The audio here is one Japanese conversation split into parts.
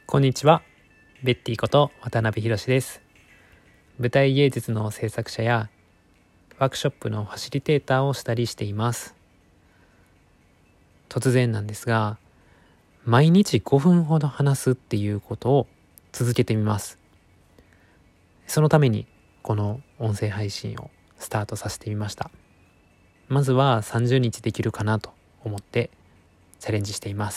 こんにちは。ベッティこと渡辺博です。舞台芸術の制作者やワークショップのファシリテーターをしたりしています。突然なんですが、毎日5分ほど話すっていうことを続けてみます。そのためにこの音声配信をスタートさせてみました。まずは30日できるかなと思ってチャレンジしています。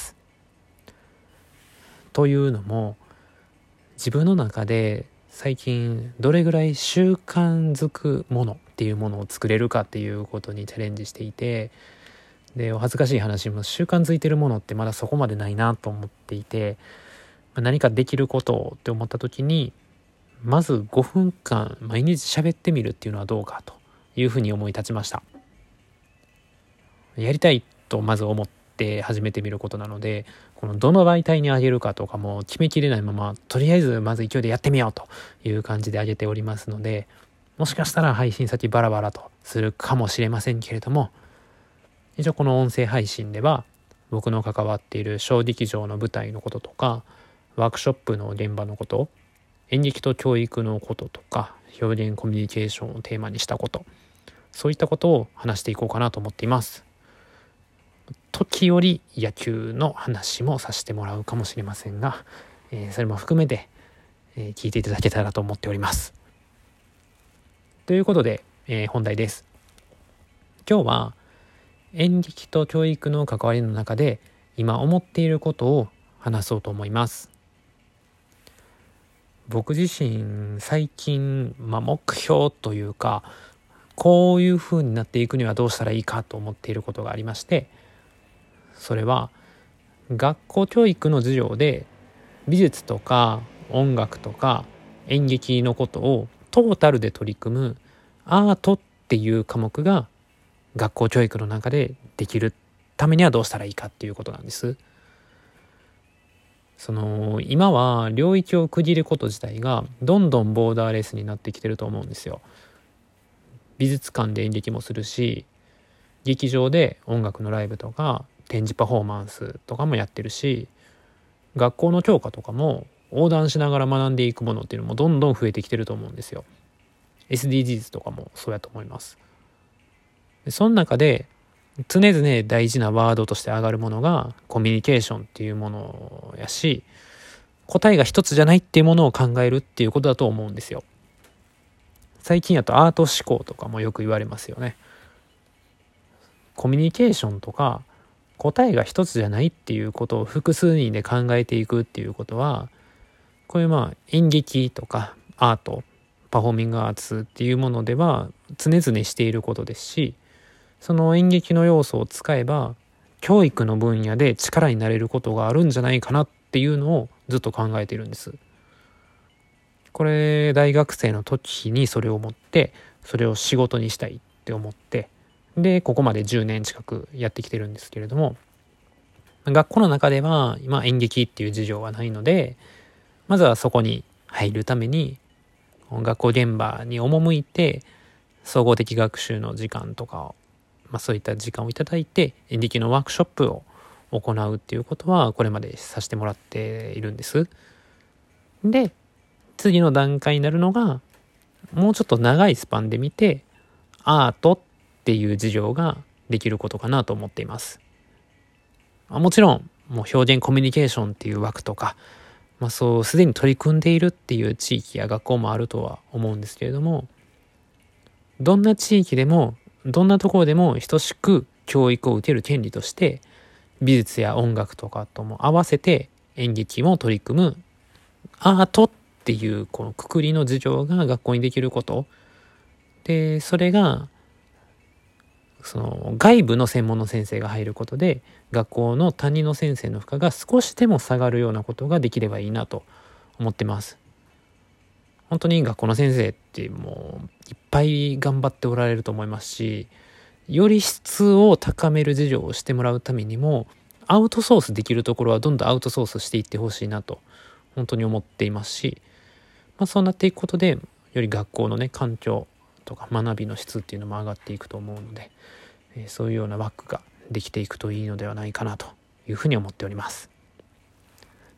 というのも、自分の中で最近どれぐらい習慣づくものっていうものを作れるかっていうことにチャレンジしていて、でお恥ずかしい話も習慣づいてるものってまだそこまでないなと思っていて、何かできることをって思った時に、まず5分間毎日喋ってみるっていうのはどうかというふうに思い立ちました。やりたいとまず思って始めてみることなので、このどの媒体に上げるかとかも決めきれないまま、とりあえずまず勢いでやってみようという感じで上げておりますので、もしかしたら配信先バラバラとするかもしれませんけれども、一応この音声配信では僕の関わっている小劇場の舞台のこととか、ワークショップの現場のこと、演劇と教育のこととか、表現コミュニケーションをテーマにしたこと、そういったことを話していこうかなと思っています。時折野球の話もさせてもらうかもしれませんが、それも含めて、聞いていただけたらと思っております。ということで、本題です。今日は演劇と教育の関わりの中で今思っていることを話そうと思います。僕自身最近、目標というか、こういう風になっていくにはどうしたらいいかと思っていることがありまして、それは学校教育の授業で美術とか音楽とか演劇のことをトータルで取り組むアートっていう科目が学校教育の中でできるためにはどうしたらいいかっていうことなんです。今は領域を区切ること自体がどんどんボーダーレスになってきてると思うんですよ。美術館で演劇もするし、劇場で音楽のライブとか展示パフォーマンスとかもやってるし、学校の教科とかも横断しながら学んでいくものっていうのもどんどん増えてきてると思うんですよ。 SDGs とかもそうやと思います。でその中で常々大事なワードとして上がるものがコミュニケーションっていうものやし、答えが一つじゃないっていうものを考えるっていうことだと思うんですよ。最近やとアート思考とかもよく言われますよね。コミュニケーションとか答えが一つじゃないっていうことを複数人で考えていくっていうことは、こういう演劇とかアート、パフォーミングアーツっていうものでは常々していることですし、その演劇の要素を使えば教育の分野で力になれることがあるんじゃないかなっていうのをずっと考えているんです。これ大学生の時にそれを思って、それを仕事にしたいって思って、でここまで10年近くやってきてるんですけれども、学校の中では今演劇っていう授業はないので、まずはそこに入るために学校現場に赴いて総合的学習の時間とかを、そういった時間をいただいて演劇のワークショップを行うっていうことはこれまでさせてもらっているんです。で次の段階になるのが、もうちょっと長いスパンで見てアートっていう授業ができることかなと思っています。もちろんもう表現コミュニケーションっていう枠とか、そうすでに取り組んでいるっていう地域や学校もあるとは思うんですけれども、どんな地域でもどんなところでも等しく教育を受ける権利として、美術や音楽とかとも合わせて演劇も取り組むアートっていうこの括りの授業が学校にできることで、それがその外部の専門の先生が入ることで学校の担任の先生の負荷が少しでも下がるようなことができればいいなと思ってます。本当に学校の先生ってもういっぱい頑張っておられると思いますし、より質を高める授業をしてもらうためにもアウトソースできるところはどんどんアウトソースしていってほしいなと本当に思っていますし、そうなっていくことでより学校の環境とか学びの質っていうのも上がっていくと思うので、そういうような枠ができていくといいのではないかなというふうに思っております。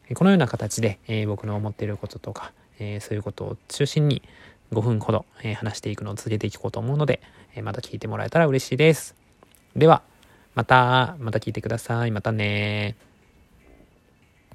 このような形で、僕の思っていることとか、そういうことを中心に5分ほど、話していくのを続けていこうと思うので、また聞いてもらえたら嬉しいです。では、また聞いてください。またね。